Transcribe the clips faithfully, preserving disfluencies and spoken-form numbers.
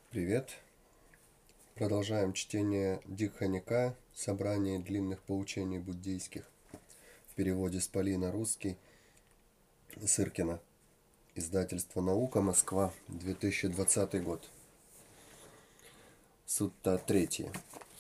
Привет! Продолжаем чтение Дикха Никая, собрание длинных поучений буддийских, в переводе с пали на русский, Сыркина, издательство «Наука», Москва, две тысячи двадцатый год. Сутта третья.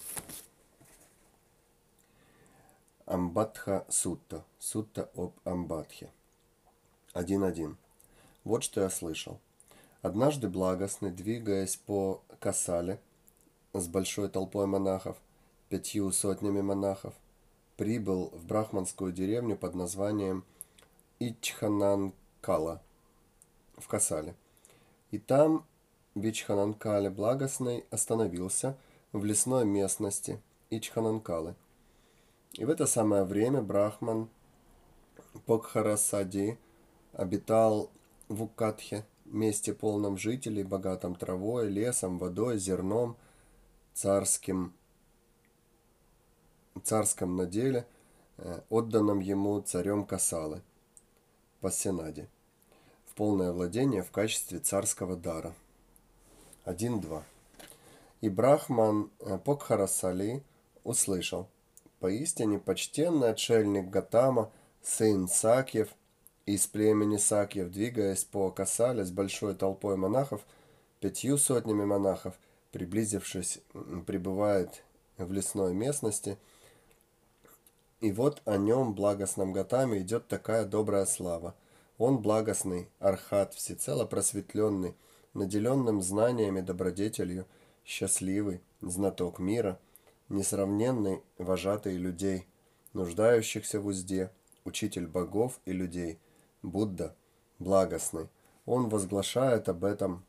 Амбатха сутта. Сутта об Амбатхе. один точка один. Вот что я слышал. Однажды благостный, двигаясь по Касале с большой толпой монахов, пятью сотнями монахов, прибыл в брахманскую деревню под названием Ичхананкала в Касале. И там в Ичхананкале благостный остановился в лесной местности Ичхананкалы. И в это самое время брахман Покхарасади обитал в Уккатхе, месте полном жителей, богатом травой, лесом, водой, зерном, царским, царском наделе, отданном ему царем Касалы, Пассенаде, в полное владение в качестве царского дара. один точка два. И брахман Покхарасали услышал: поистине почтенный отшельник Гатама, сын Сакьев, из племени Сакьев, двигаясь по Касале с большой толпой монахов, пятью сотнями монахов, приблизившись, пребывает в лесной местности. И вот о нем, благостном Гатаме, идет такая добрая слава. Он благостный, архат, всецело просветленный, наделенным знаниями, добродетелью, счастливый, знаток мира, несравненный вожатый людей, нуждающихся в узде, учитель богов и людей, Будда, благостный. Он возглашает об этом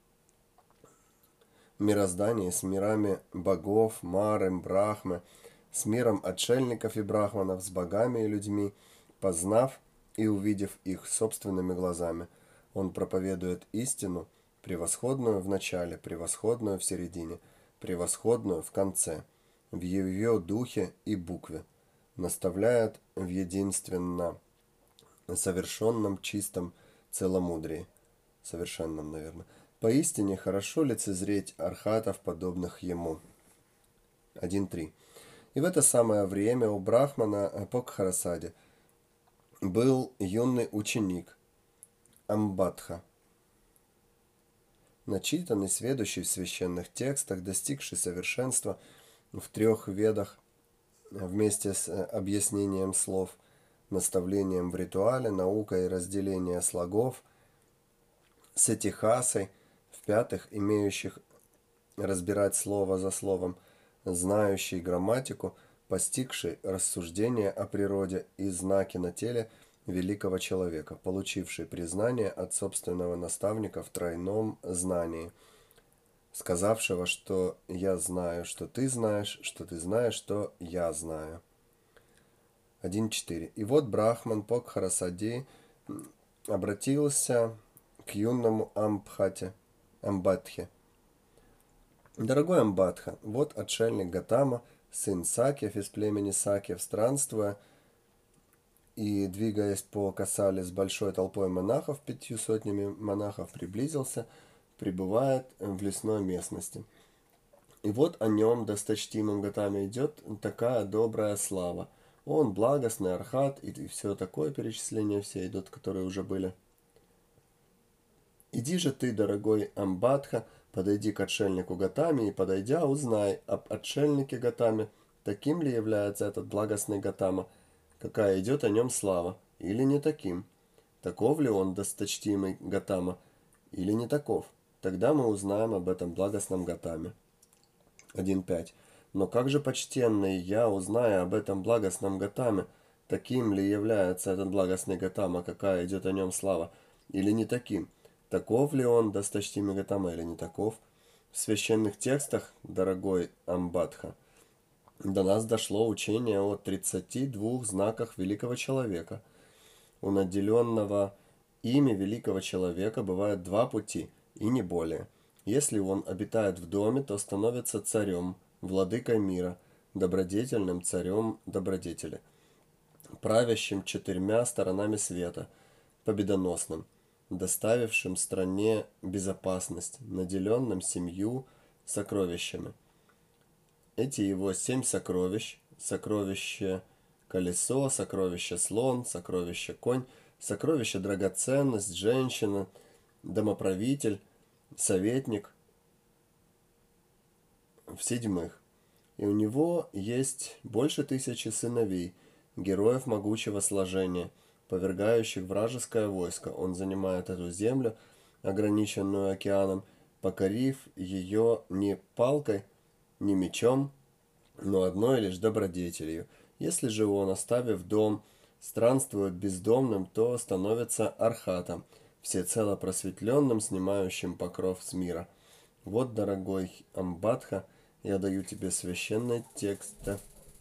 мироздании с мирами богов, Мары, Брахмы, с миром отшельников и брахманов, с богами и людьми, познав и увидев их собственными глазами. Он проповедует истину, превосходную в начале, превосходную в середине, превосходную в конце, в ее духе и букве, наставляет в единственно совершенном чистом целомудрии, совершенном, наверное. Поистине хорошо лицезреть архатов, подобных ему. один точка три. И в это самое время у брахмана Покхарасади был юный ученик Амбатха, начитанный, сведущий в священных текстах, достигший совершенства в трех ведах вместе с объяснением слов, наставлением в ритуале, наукой разделения слогов, с этихасой, в-пятых, имеющих разбирать слово за словом, знающий грамматику, постигший рассуждения о природе и знаки на теле великого человека, получивший признание от собственного наставника в тройном знании, сказавшего, что я знаю, что ты знаешь, что ты знаешь, что я знаю. один точка четыре. И вот брахман Покхарасади обратился к юному Амбхате, Амбатхе. Дорогой Амбатха, вот отшельник Гатама, сын Сакьев из племени Сакьев, странствуя и двигаясь по Касале с большой толпой монахов, пятью сотнями монахов, приблизился, пребывает в лесной местности. И вот о нем, досточтимом Гатаме, идет такая добрая слава. Он благостный, архат, и все такое перечисление, все идут, которые уже были. Иди же ты, дорогой Амбатха, подойди к отшельнику Гатаме и, подойдя, узнай об отшельнике Гатаме, таким ли является этот благостный Гатама, какая идет о нем слава, или не таким. Таков ли он, досточтимый Гатама, или не таков. Тогда мы узнаем об этом благостном Гатаме. один точка пять. Но как же, почтенный, я узнаю об этом благостном Гатаме, таким ли является этот благостный Гатама, какая идет о нем слава, или не таким. Таков ли он, досточтимый Гатама, или не таков? В священных текстах, дорогой Амбатха, до нас дошло учение о тридцати двух знаках великого человека. У наделенного ими великого человека бывают два пути, и не более. Если он обитает в доме, то становится царем, владыкой мира, добродетельным царем добродетели, правящим четырьмя сторонами света, победоносным, доставившим стране безопасность, наделенным семью, сокровищами. Эти его семь сокровищ: сокровище колесо, сокровище слон, сокровище конь, сокровище драгоценность, женщина, домоправитель, советник в седьмых. И у него есть больше тысячи сыновей, героев могучего сложения, повергающих вражеское войско. Он занимает эту землю, ограниченную океаном, покорив ее не палкой, не мечом, но одной лишь добродетелью. Если же он, оставив дом, странствует бездомным, то становится архатом, всецело просветленным, снимающим покров с мира. Вот, дорогой Амбадха, я даю тебе священные тексты.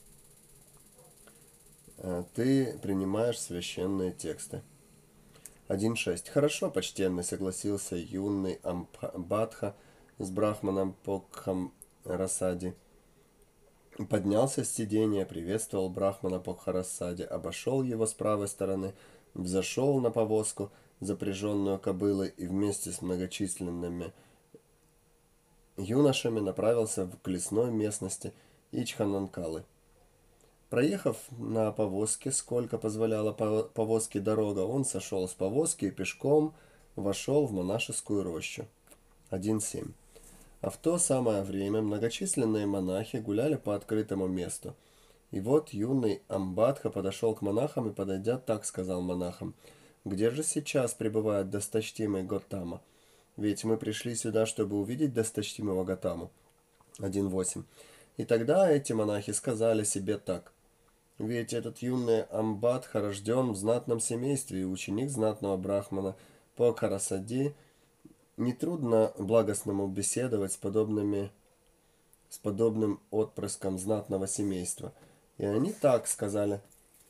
Ты принимаешь священные тексты. один шесть. Хорошо, почтенный, согласился юный Амбадха с брахманом Покхам Расади. Поднялся с сидения, приветствовал брахмана Покхарасади, обошел его с правой стороны, взошел на повозку, запряженную кобылой, и вместе с многочисленными юношами направился к лесной местности Ичхананкалы. Проехав на повозке, сколько позволяла повозке дорога, он сошел с повозки и пешком вошел в монашескую рощу. один семь. А в то самое время многочисленные монахи гуляли по открытому месту. И вот юный Амбадха подошел к монахам и, подойдя, так сказал монахам: «Где же сейчас пребывает досточтимый Готама? Ведь мы пришли сюда, чтобы увидеть досточтимого Готаму». один восемь. И тогда эти монахи сказали себе так: «Ведь этот юный Амбадха рожден в знатном семействе и ученик знатного брахмана Покхарасади. Нетрудно благостному беседовать с подобными, с подобным отпрыском знатного семейства». И они так сказали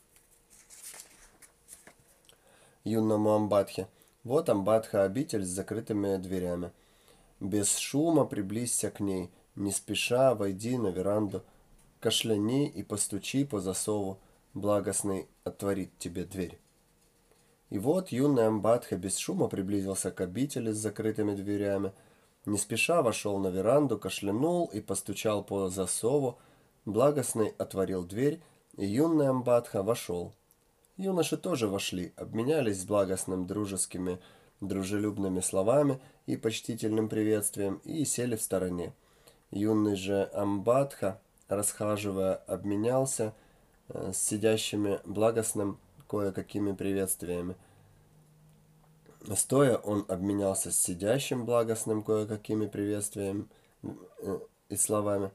юному Амбадхе: «Вот, Амбадха, обитель с закрытыми дверями. Без шума приблизься к ней, не спеша войди на веранду, кашляни и постучи по засову, благостный отворит тебе дверь». И вот юный Амбадха без шума приблизился к обители с закрытыми дверями, не спеша вошел на веранду, кашлянул и постучал по засову, благостный отворил дверь, и юный Амбадха вошел. Юноши тоже вошли, обменялись с благостным дружескими, дружелюбными словами и почтительным приветствием и сели в стороне. Юный же Амбадха, расхаживая, обменялся с сидящими благостным кое-какими приветствиями. Стоя, он обменялся с сидящим благостным кое-какими приветствиями и словами.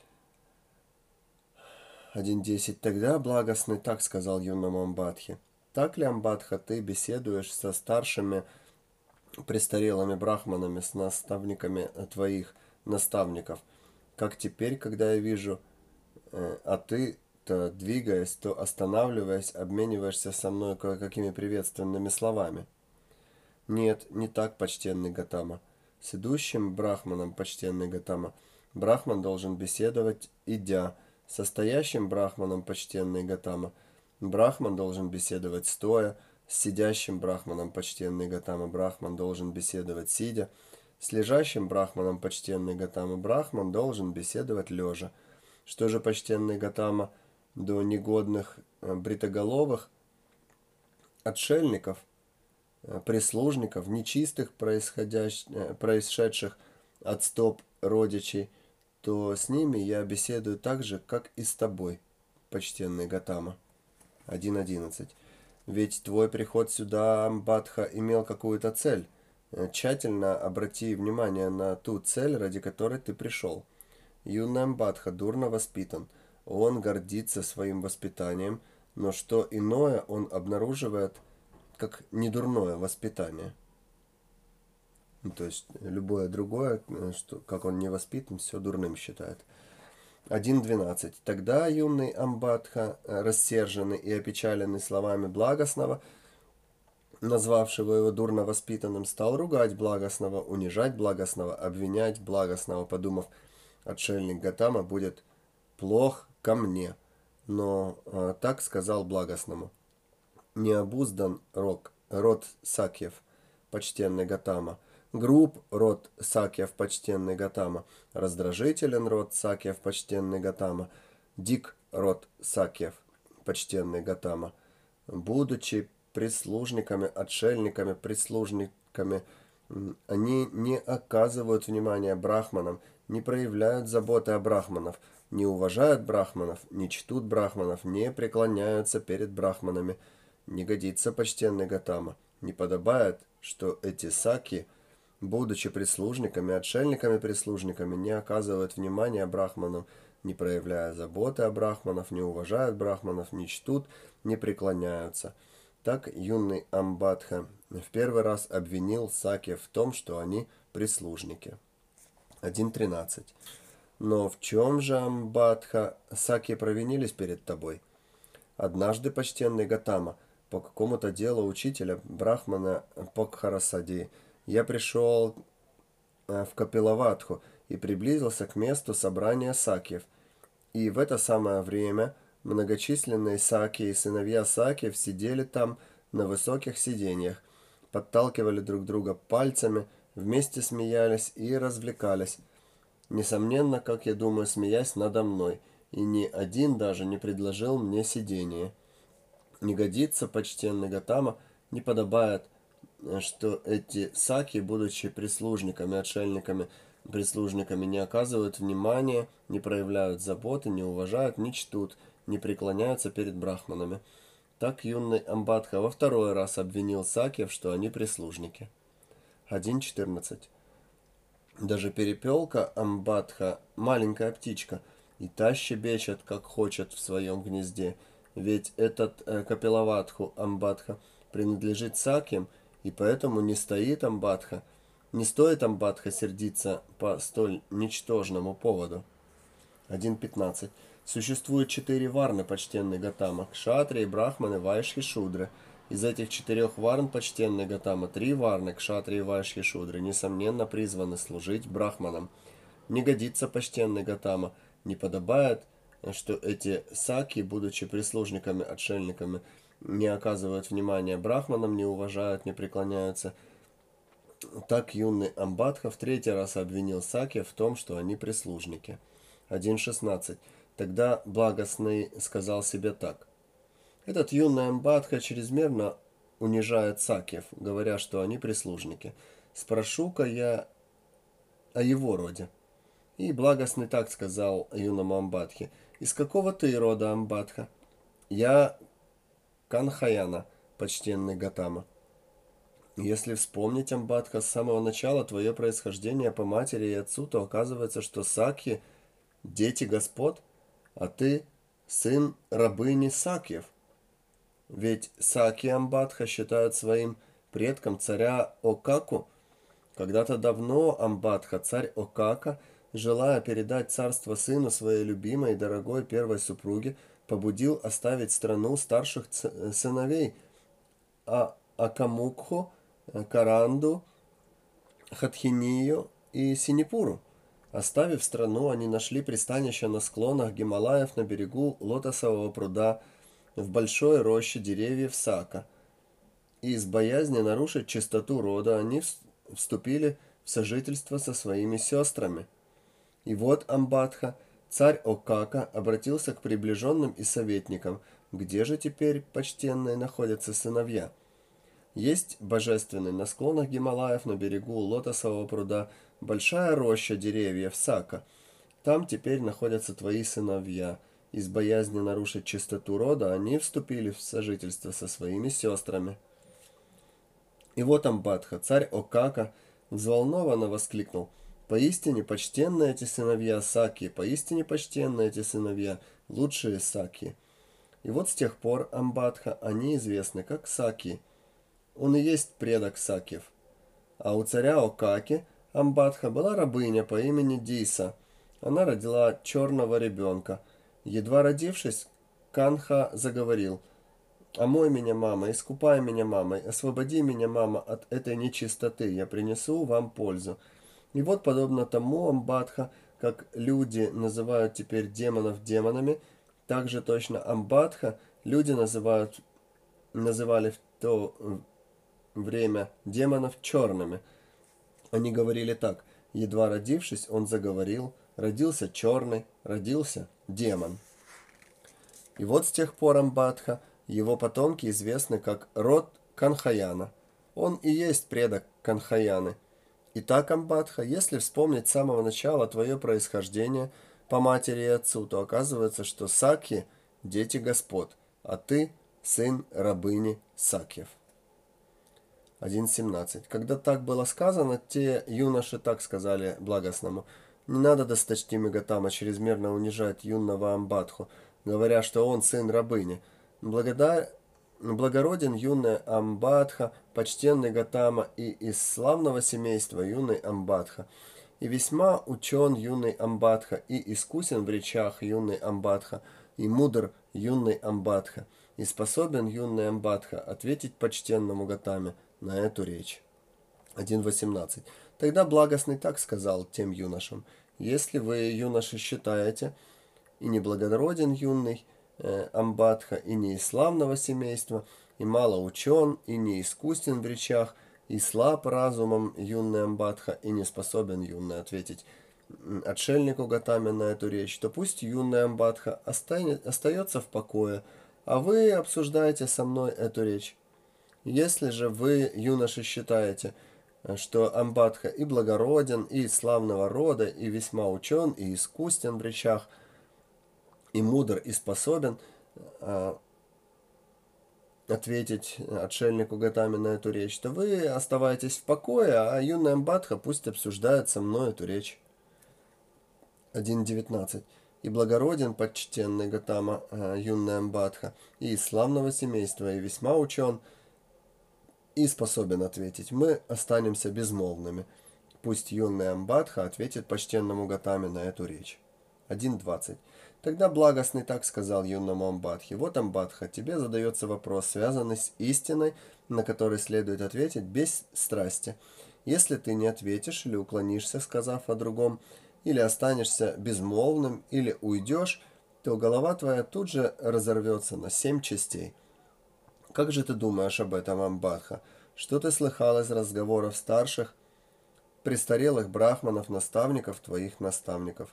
один десять. Тогда благостный так сказал юному Амбадхе: «Так ли, Амбадха, ты беседуешь со старшими престарелыми брахманами, с наставниками твоих наставников, как теперь, когда я вижу, а ты то двигаясь, то останавливаясь, обмениваешься со мной кое-какими приветственными словами?» «Нет, не так, почтенный Готама. С идущим брахманом, почтенный Готама, брахман должен беседовать, идя. С стоящим брахманом, почтенный Готама, брахман должен беседовать стоя. С сидящим брахманом, почтенный Готама, брахман должен беседовать сидя. С лежащим брахманом, почтенный Готама, брахман должен беседовать лежа. Что же, почтенный Готама, до негодных бритоголовых отшельников, прислужников, нечистых, происшедших от стоп родичей, то с ними я беседую так же, как и с тобой, почтенный Готама». один одиннадцать. Ведь твой приход сюда, Амбадха, имел какую-то цель. Тщательно обрати внимание на ту цель, ради которой ты пришел. Юный Амбадха дурно воспитан. Он гордится своим воспитанием, но что иное он обнаруживает как недурное воспитание. Ну, то есть любое другое, что, как он не воспитан, все дурным считает. один двенадцать. Тогда юный Амбадха, рассерженный и опечаленный словами благостного, назвавшего его дурно воспитанным, стал ругать благостного, унижать благостного, обвинять благостного, подумав: «Отшельник Готама будет плох ко мне». Но а, так сказал благостному: «Не обуздан рок, род Сакьев, почтенный Готама. Груб род Сакьев, почтенный Гатама, раздражителен род Сакьев, почтенный Гатама, дик род Сакьев, почтенный Гатама, будучи прислужниками, отшельниками, прислужниками, они не оказывают внимания брахманам, не проявляют заботы о брахманов, не уважают брахманов, не чтут брахманов, не преклоняются перед брахманами. Не годится, почтенный Гатама, не подобает, что эти саки, будучи прислужниками, отшельниками-прислужниками, не оказывают внимания брахманам, не проявляя заботы о брахманов, не уважают брахманов, не чтут, не преклоняются. Так юный Амбадха в первый раз обвинил саки в том, что они прислужники. один тринадцать. Но в чем же, Амбадха, саки провинились перед тобой? Однажды, почтенный Гатама, по какому-то делу учителя Брахмана Покхарасади, я пришел в Капилаватху и приблизился к месту собрания сакьев. И в это самое время многочисленные саки и сыновья сакьев сидели там на высоких сиденьях, подталкивали друг друга пальцами, вместе смеялись и развлекались. Несомненно, как я думаю, смеясь надо мной, и ни один даже не предложил мне сидение. Не годится, почтенный Гатама, не подобает, что эти саки, будучи прислужниками, отшельниками, прислужниками, не оказывают внимания, не проявляют заботы, не уважают, не чтут, не преклоняются перед брахманами. Так юный Амбадха во второй раз обвинил сакьев, что они прислужники. один четырнадцать. Даже перепелка Амбадха – маленькая птичка, и та щебечет, как хочет в своем гнезде. Ведь этот э, Капилаватху Амбадха принадлежит сакьям, и поэтому не стоит Амбадха, не стоит Амбадха сердиться по столь ничтожному поводу. один пятнадцать. Существует четыре варны, почтенный Гатама: кшатрии, брахманы, вайшьи, шудры. Из этих четырех варн, почтенный Гатама, три варны, кшатрии, вайшьи, шудры, несомненно призваны служить брахманам. Не годится, почтенный Гатама, не подобает, что эти саки, будучи прислужниками, отшельниками, не оказывают внимания брахманам, не уважают, не преклоняются. Так юный Амбадха в третий раз обвинил саки в том, что они прислужники. один шестнадцать. Тогда благостный сказал себе так: этот юный Амбадха чрезмерно унижает сакьев, говоря, что они прислужники. Спрошу-ка я о его роде. И благостный так сказал юному Амбадхе: из какого ты рода, Амбадха? Я Канхаяна, почтенный Гатама. Если вспомнить, Амбадха, с самого начала твое происхождение по матери и отцу, то оказывается, что сакьи – дети господ, а ты – сын рабыни сакьев. Ведь саки Амбадха считают своим предком царя Окаку. Когда-то давно Амбадха, царь Окака, желая передать царство сыну своей любимой и дорогой первой супруге, побудил оставить страну старших сыновей а Акамукху, Каранду, Хатхинию и Синипуру. Оставив страну, они нашли пристанище на склонах Гималаев на берегу лотосового пруда в большой роще деревьев сака. И из боязни нарушить чистоту рода они вступили в сожительство со своими сестрами. И вот Амбадха, царь Окака, обратился к приближенным и советникам: где же теперь, почтенные, находятся сыновья? Есть божественный на склонах Гималаев на берегу лотосового пруда большая роща деревьев сака. Там теперь находятся твои сыновья. Из боязни нарушить чистоту рода они вступили в сожительство со своими сестрами. И вот Амбадха, царь Окака, взволнованно воскликнул: поистине почтенные эти сыновья саки, поистине почтенные эти сыновья, лучшие саки. И вот с тех пор, Амбадха, они известны как саки. Он и есть предок сакьев. А у царя Окаки, Амбадха, была рабыня по имени Диса. Она родила черного ребенка. Едва родившись, Канха заговорил: «Омой меня, мама, искупай меня, мама, освободи меня, мама, от этой нечистоты, я принесу вам пользу». И вот, подобно тому, Амбадха, как люди называют теперь демонов демонами, так же точно Амбадха люди называют, называли в то время демонов черными. Они говорили так: едва родившись, он заговорил, родился черный, родился демон. И вот с тех пор Амбадха, его потомки известны как род Канхаяна. Он и есть предок Канхаяны. Итак, Амбадха, если вспомнить с самого начала твое происхождение по матери и отцу, то оказывается, что Сакьи – дети господ, а ты – сын рабыни Сакьев. один семнадцать. Когда так было сказано, те юноши так сказали благостному: не надо, досточтимый Гатама, чрезмерно унижать юного Амбадху, говоря, что он сын рабыни. Благодар... Благороден юный Амбадха, почтенный Гатама, и из славного семейства юный Амбадха. И весьма учен юный Амбадха, и искусен в речах юный Амбадха, и мудр юный Амбадха, и способен юный Амбадха ответить почтенному Гатаме на эту речь. один восемнадцать. Тогда благостный так сказал тем юношам: если вы, юноши, считаете, и неблагороден юный э, Амбадха, и не из славного семейства, и мало учен, и не искусен в речах, и слаб разумом юный Амбадха, и не способен юный ответить отшельнику Гатаме на эту речь, то пусть юный Амбадха останет, остается в покое, а вы обсуждаете со мной эту речь. Если же вы, юноши, считаете, что Амбадха и благороден, и из славного рода, и весьма учен, и искусен в речах, и мудр, и способен а, ответить отшельнику Гатаме на эту речь, то вы оставайтесь в покое, а юный Амбадха пусть обсуждает со мной эту речь. один девятнадцать. И благороден, почтенный Гатама, а, юный Амбадха, и из славного семейства, и весьма учен, и способен ответить. Мы останемся безмолвными. Пусть юный Амбадха ответит почтенному Гатаме на эту речь. один двадцать. Тогда благостный так сказал юному Амбадхе: вот, Амбадха, тебе задается вопрос, связанный с истиной, на который следует ответить без страсти. Если ты не ответишь или уклонишься, сказав о другом, или останешься безмолвным, или уйдешь, то голова твоя тут же разорвется на семь частей. Как же ты думаешь об этом, Амбадха? Что ты слыхал из разговоров старших, престарелых брахманов, наставников твоих наставников?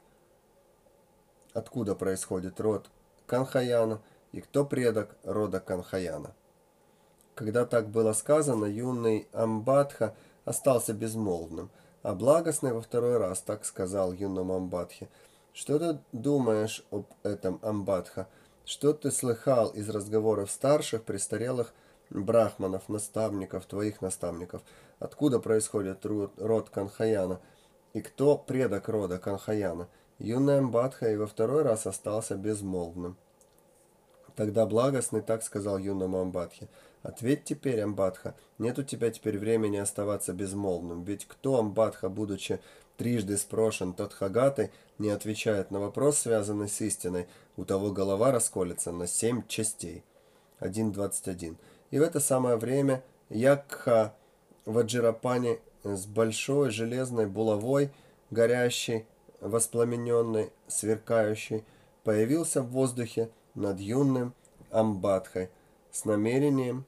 Откуда происходит род Канхаяна и кто предок рода Канхаяна? Когда так было сказано, юный Амбадха остался безмолвным, а благостный во второй раз так сказал юному Амбадхе: что ты думаешь об этом, Амбадха? Что ты слыхал из разговоров старших, престарелых брахманов, наставников, твоих наставников? Откуда происходит род Канхаяна? И кто предок рода Канхаяна? Юный Амбадха и во второй раз остался безмолвным. Тогда благостный так сказал юному Амбадхе: ответь теперь, Амбадха, нет у тебя теперь времени оставаться безмолвным, ведь кто, Амбадха, будучи трижды спрошен Тадхагатой, не отвечает на вопрос, связанный с истиной, у того голова расколется на семь частей. один двадцать один. И в это самое время Якха Ваджирапани с большой железной булавой, горящей, воспламененной, сверкающей, появился в воздухе над юным Амбадхой с намерением: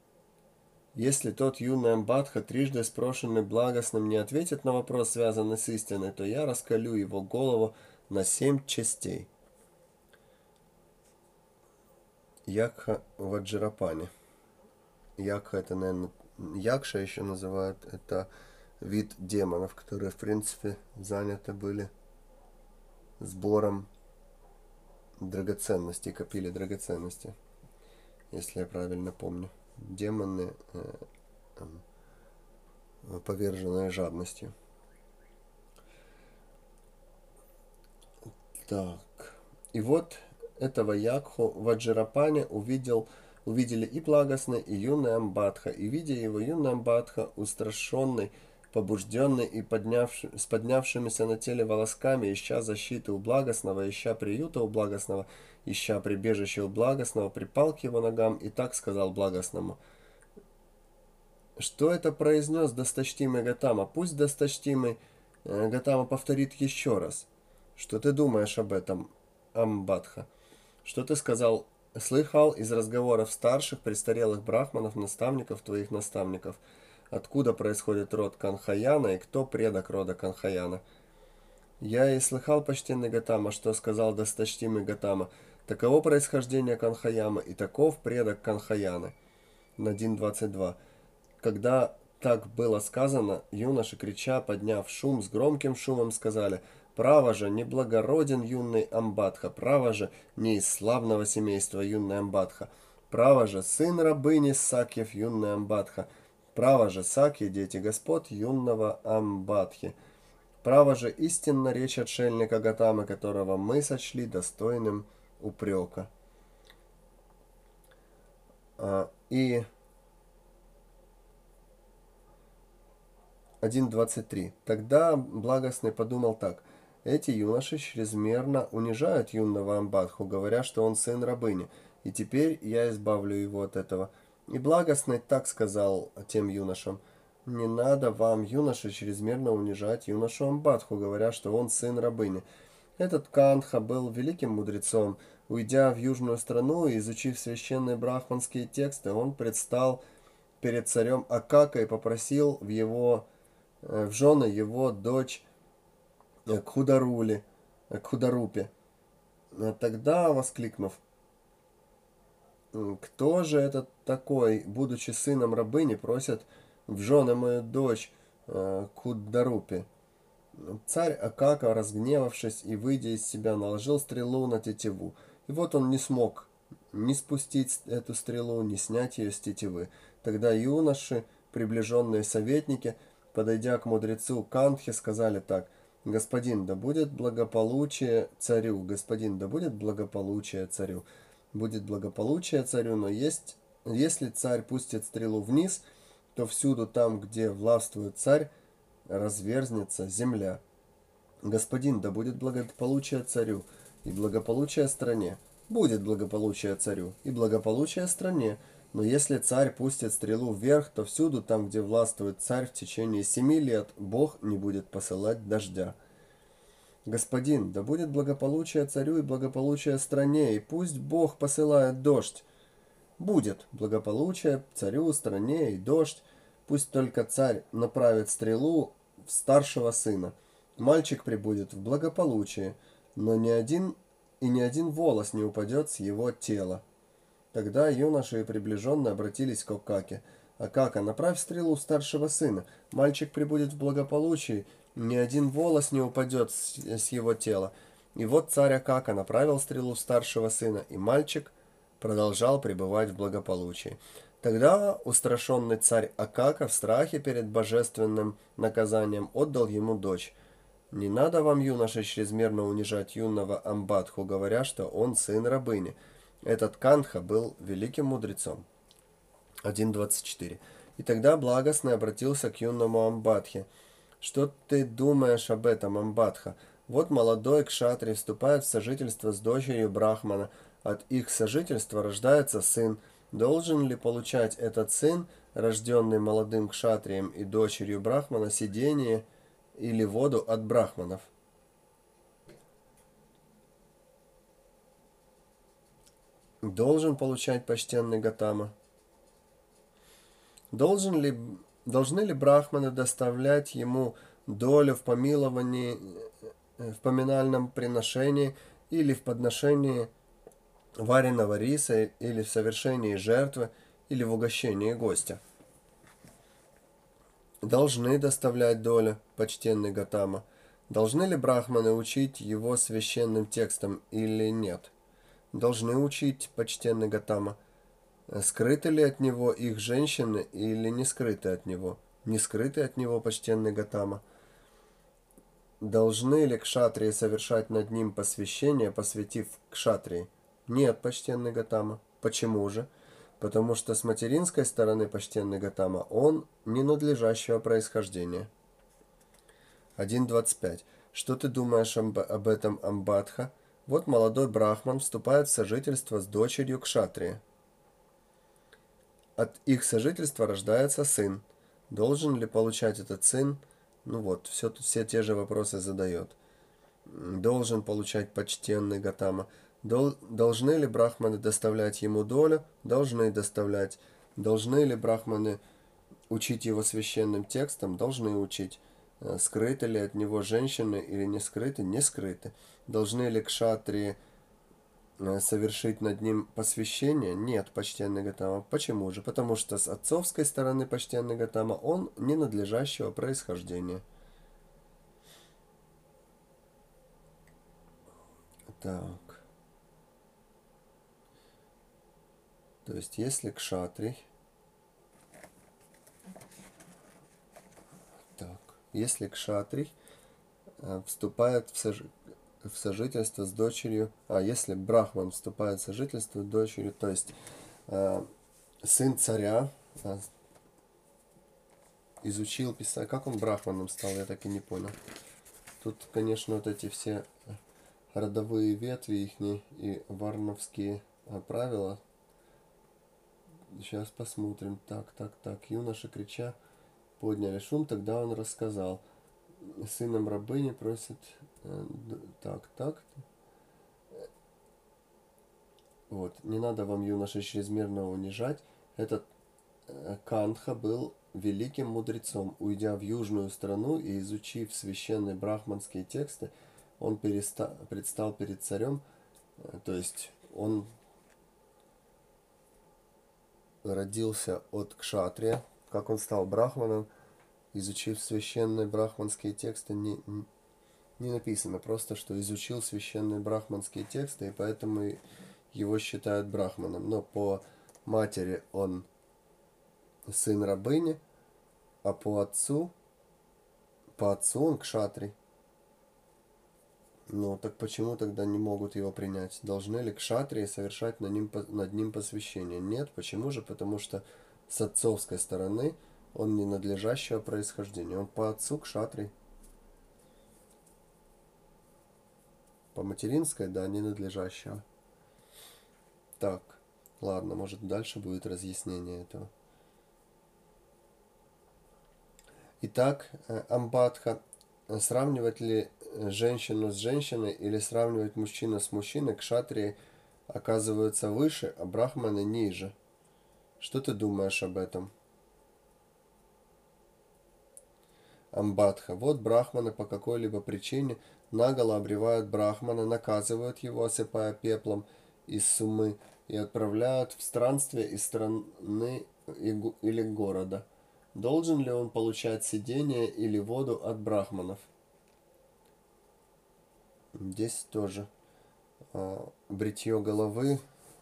если тот юный Амбадха, трижды спрошенный благостным, не ответит на вопрос, связанный с истиной, то я раскалю его голову на семь частей. Якха Ваджирапани. Якха — это, наверное, Якша еще называют. Это вид демонов, которые, в принципе, заняты были сбором драгоценностей, копили драгоценности, если я правильно помню. Демоны, э, э, поверженные жадностью. Так. И вот этого Якху Ваджирапани увидел, увидели и благостный, и юный Амбадха. И видя его, юный Амбадха, устрашенный, побужденный и поднявший, с поднявшимися на теле волосками, ища защиты у благостного, ища приюта у благостного, ища прибежище у благостного, припал к его ногам и так сказал благостному: что это произнес досточтимый Гатама? Пусть досточтимый э, Гатама повторит еще раз. Что ты думаешь об этом, Амбадха? Что ты сказал, слыхал из разговоров старших, престарелых брахманов, наставников твоих наставников? Откуда происходит род Канхаяна и кто предок рода Канхаяна? Я и слыхал, почтенный Гатама, что сказал досточтимый Гатама. Таково происхождение Канхаяма и таков предок Канхаяны. один двадцать два. Когда так было сказано, юноши, крича, подняв шум, с громким шумом сказали: «Право же, не благороден юный Амбадха, право же, не из славного семейства юный Амбадха, право же, сын рабыни Сакьев юный Амбадха, право же, Сакьи, дети господ юного Амбадхи, право же, истинно речь отшельника Гатамы, которого мы сочли достойным упрека». А, и один двадцать три. Тогда благостный подумал так: эти юноши чрезмерно унижают юного Амбадху, говоря, что он сын рабыни, и теперь я избавлю его от этого. И благостный так сказал тем юношам: не надо вам, юноши, чрезмерно унижать юношу Амбадху, говоря, что он сын рабыни. Этот Кантха был великим мудрецом. Уйдя в южную страну и изучив священные брахманские тексты, он предстал перед царем Акака и попросил в его в жены его дочь Кхударули, Кхударупе. Тогда, воскликнув: «Кто же это такой, будучи сыном рабыни, просит в жены мою дочь Кхударупе?» Царь Акака, разгневавшись и выйдя из себя, наложил стрелу на тетиву. И вот он не смог ни спустить эту стрелу, ни снять ее с тетивы. Тогда юноши, приближенные советники, подойдя к мудрецу Кантхе, сказали так: «Господин, да будет благополучие царю, господин, да будет благополучие царю, будет благополучие царю, но есть, если царь пустит стрелу вниз, то всюду там, где властвует царь, разверзнется земля. Господин, да будет благополучие царю и благополучие стране, будет благополучие царю и благополучие стране. Но если царь пустит стрелу вверх, то всюду, там, где властвует царь, в течение семи лет Бог не будет посылать дождя. Господин, да будет благополучие царю и благополучие стране, и пусть Бог посылает дождь. Будет благополучие царю, стране и дождь. Пусть только царь направит стрелу в старшего сына. Мальчик прибудет в благополучие, но ни один и ни один волос не упадет с его тела». Тогда юноши и приближенные обратились к Акаке: «Акака, направь стрелу старшего сына. Мальчик прибудет в благополучии, ни один волос не упадет с, с его тела». И вот царь Акака направил стрелу старшего сына, и мальчик продолжал пребывать в благополучии. Тогда устрашенный царь Акака в страхе перед божественным наказанием отдал ему дочь. «Не надо вам, юноша, чрезмерно унижать юного Амбадху, говоря, что он сын рабыни. Этот Кантха был великим мудрецом». один двадцать четыре. И тогда благостный обратился к юному Амбадхе: «Что ты думаешь об этом, Амбадха? Вот молодой кшатри вступает в сожительство с дочерью Брахмана. От их сожительства рождается сын. Должен ли получать этот сын, рожденный молодым кшатрием и дочерью Брахмана, сидение или воду от брахманов?» Должен получать, почтенный Гатама. Должен ли, должны ли брахманы доставлять ему долю в помиловании, в поминальном приношении или в подношении вареного риса, или в совершении жертвы, или в угощении гостя? Должны доставлять долю, почтенный Гатама. Должны ли брахманы учить его священным текстом или нет? Должны учить, почтенный Гатама. Скрыты ли от него их женщины или не скрыты от него? Не скрыты от него, почтенный Гатама. Должны ли кшатрии совершать над ним посвящение, посвятив кшатрии? Нет, почтенный Гатама. Почему же? Потому что с материнской стороны, почтенный Гатама, он ненадлежащего происхождения. один двадцать пять. Что ты думаешь об, об этом, Амбадха? Вот молодой брахман вступает в сожительство с дочерью кшатрия. От их сожительства рождается сын. Должен ли получать этот сын? Ну вот, все, все те же вопросы задает. Должен получать, почтенный Гатама. Дол, должны ли брахманы доставлять ему долю? Должны доставлять. Должны ли брахманы учить его священным текстом, должны учить. Э, Скрыты ли от него женщины или не скрыты, не скрыты. Должны ли кшатрии э, совершить над ним посвящение? Нет, почтенный Гатама. Почему же? Потому что с отцовской стороны почтенный Гатама он ненадлежащего происхождения. Так. То есть, если кшатрий... Так. Если кшатрий э, вступает в, сож... в сожительство с дочерью... А, если брахман вступает в сожительство с дочерью, то есть э, сын царя э, изучил писать... Как он брахманом стал, я так и не понял. Тут, конечно, вот эти все родовые ветви их и варновские э, правила. Сейчас посмотрим. Так, так, так. Юноша, крича, подняли шум, тогда он рассказал. Сыном рабыни просит... э, Так, так. Вот. Не надо вам, юноша, чрезмерно унижать. Этот э, Кантха был великим мудрецом. Уйдя в южную страну и изучив священные брахманские тексты, он переста... предстал перед царем. Э, То есть он родился от кшатрия. Как он стал брахманом, изучив священные брахманские тексты, не, не написано. Просто, что изучил священные брахманские тексты, и поэтому его считают брахманом. Но по матери он сын рабыни, а по отцу, по отцу он кшатрий. Ну, так почему тогда не могут его принять? Должны ли кшатрии совершать над ним, над ним посвящение? Нет. Почему же? Потому что с отцовской стороны он не надлежащего происхождения. Он по отцу кшатрий. По материнской, да, не надлежащего. Так, ладно, может дальше будет разъяснение этого. Итак, Амбадха, сравнивать ли женщину с женщиной или сравнивать мужчину с мужчиной, кшатрии оказываются выше, а брахманы ниже. Что ты думаешь об этом? Амбадха. Вот брахманы по какой-либо причине наголо обревают брахмана, наказывают его, осыпая пеплом из суммы, и отправляют в странствие из страны или города. Должен ли он получать сидение или воду от брахманов? Здесь тоже а, бритье головы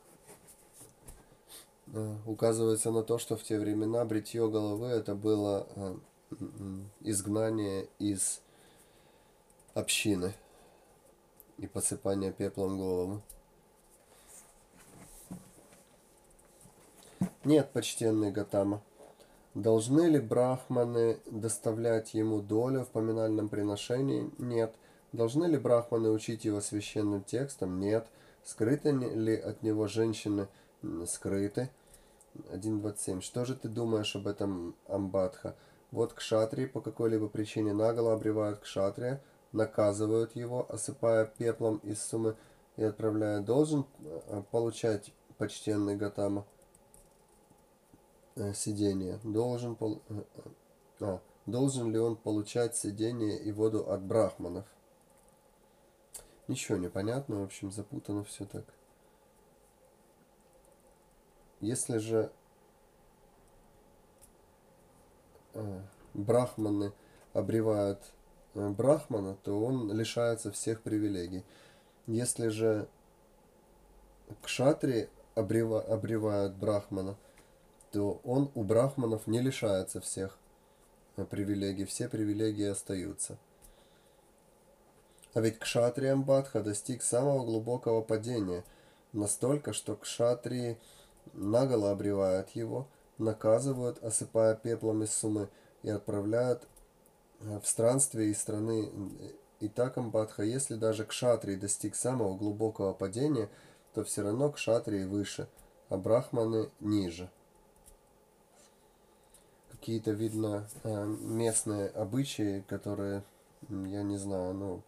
а, указывается на то, что в те времена бритье головы это было а, изгнание из общины и посыпание пеплом головы. Нет, почтенный Гатама. Должны ли брахманы доставлять ему долю в поминальном приношении? Нет. Должны ли брахманы учить его священным текстом? Нет. Скрыты ли от него женщины? Скрыты. один двадцать семь. Что же ты думаешь об этом, Амбадха? Вот кшатрии по какой-либо причине наголо обревают кшатрия, наказывают его, осыпая пеплом из суммы и отправляя. Должен получать почтенный Гатама сидение? Должен, пол... а, должен ли он получать сидение и воду от брахманов? Ничего не понятно, в общем, запутано все так. Если же а, брахманы обревают а, брахмана, то он лишается всех привилегий. Если же кшатри обрева... обревают брахмана, то он у брахманов не лишается всех привилегий, все привилегии остаются. А ведь кшатрий Амбадха достиг самого глубокого падения, настолько, что кшатрии наголо обревают его, наказывают, осыпая пеплом из суммы, и отправляют в странствие из страны. Итак, Амбадха, если даже кшатрий достиг самого глубокого падения, то все равно кшатрии выше, а брахманы ниже. Какие-то, видно, местные обычаи, которые, я не знаю, ну,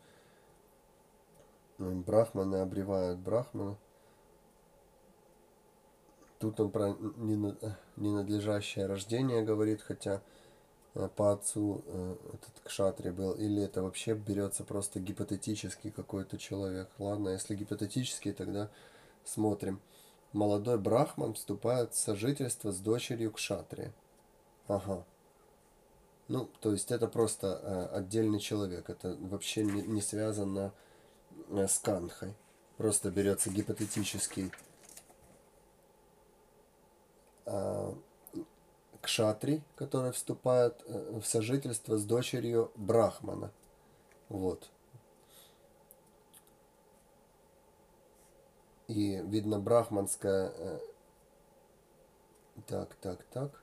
брахманы обревают брахмана. тут он про ненадлежащее рождение говорит, хотя по отцу этот кшатри был, или это вообще берется просто гипотетический какой-то человек. Ладно, если гипотетический, тогда смотрим. Молодой брахман вступает в сожительство с дочерью кшатрия. Ага. Ну, то есть это просто э, отдельный человек, это вообще не, не связано э, с канхой. Просто берется гипотетический э, кшатри, который вступает э, в сожительство с дочерью брахмана. Вот. И видно брахманская... Э, так, так, так.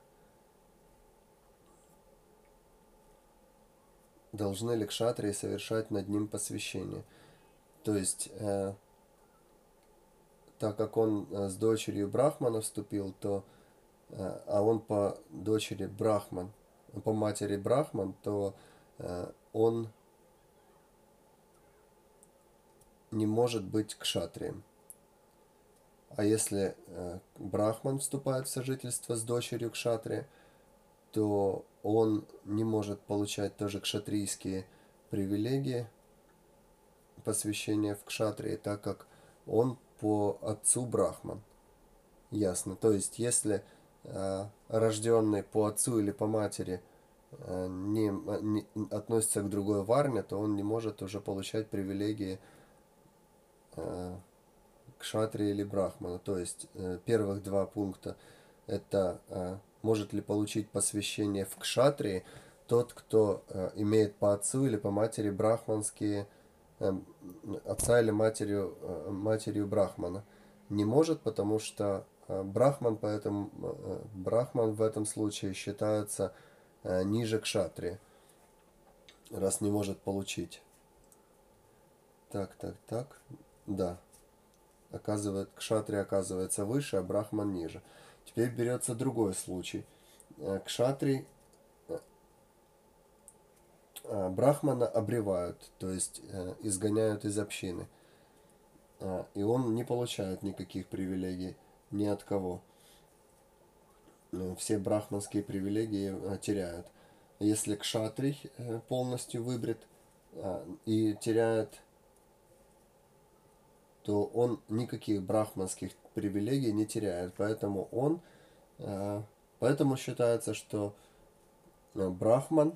Должны ли кшатрии совершать над ним посвящение? То есть, э, так как он э, с дочерью брахмана вступил, то, э, а он по дочери брахман, по матери брахман, то э, он не может быть кшатрием. А если э, брахман вступает в сожительство с дочерью кшатрия, то он не может получать тоже кшатрийские привилегии посвящения в кшатрии, так как он по отцу брахман. Ясно. То есть, если э, рожденный по отцу или по матери э, не, не относится к другой варне, то он не может уже получать привилегии э, кшатрии или брахмана. То есть, э, первых два пункта это э, может ли получить посвящение в кшатрии тот, кто э, имеет по отцу или по матери брахманские, э, отца или матерью, э, матерью брахмана. Не может, потому что э, брахман, поэтому, э, брахман в этом случае считается э, ниже кшатрии, раз не может получить. Так, так, так. Да. Оказывает, кшатрия оказывается выше, а брахман ниже. Теперь берется другой случай. Кшатрий брахмана обревают, то есть изгоняют из общины. И он не получает никаких привилегий ни от кого. Все брахманские привилегии теряют. Если кшатрий полностью выбрит и теряет, то он никаких брахманских привилегий не теряет. Поэтому он, поэтому считается, что брахман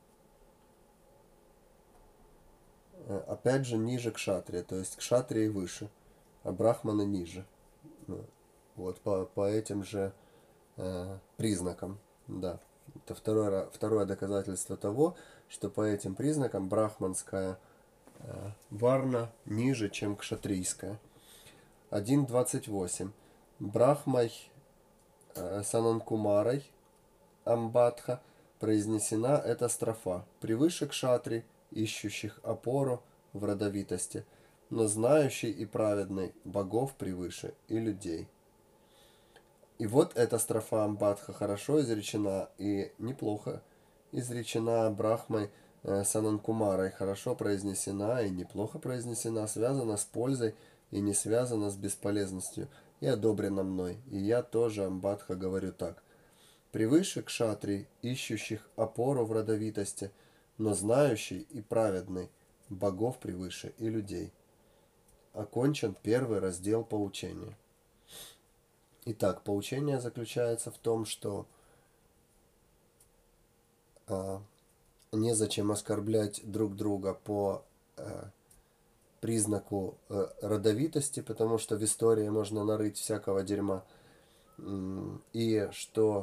опять же ниже кшатрия, то есть кшатрии выше, а брахманы ниже. Вот по, по этим же э, признакам, да. Это второе, второе доказательство того, что по этим признакам брахманская э, варна ниже, чем кшатрийская. один двадцать восемь. Брахмай э, Сананкумарой Амбатха произнесена эта строфа. Превыше кшатри, ищущих опору в родовитости, но знающий и праведный богов превыше и людей. И вот эта строфа Амбатха хорошо изречена и неплохо изречена Брахмой э, Сананкумарой, хорошо произнесена и неплохо произнесена, связана с пользой и не связана с бесполезностью, и одобрена мной. И я тоже Амбатха говорю так. Превыше кшатрий, ищущих опору в родовитости, но знающий и праведный, богов превыше и людей. Окончен первый раздел поучения. Итак, поучение заключается в том, что а, незачем оскорблять друг друга по а, признаку а, родовитости, потому что в истории можно нарыть всякого дерьма, и что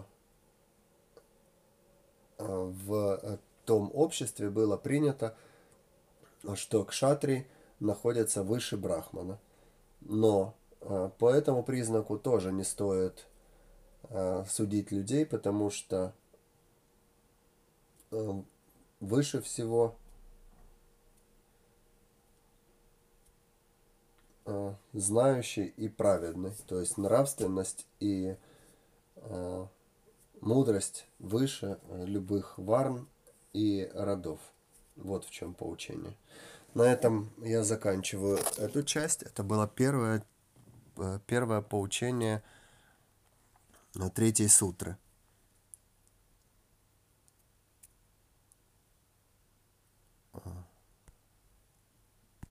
а, в том обществе было принято, что кшатрий находится выше брахмана. Но э, по этому признаку тоже не стоит э, судить людей, потому что э, выше всего э, знающий и праведный. То есть нравственность и э, мудрость выше любых варн и родов. Вот в чем поучение. На этом я заканчиваю эту часть. Это было первое, первое поучение третьей сутры.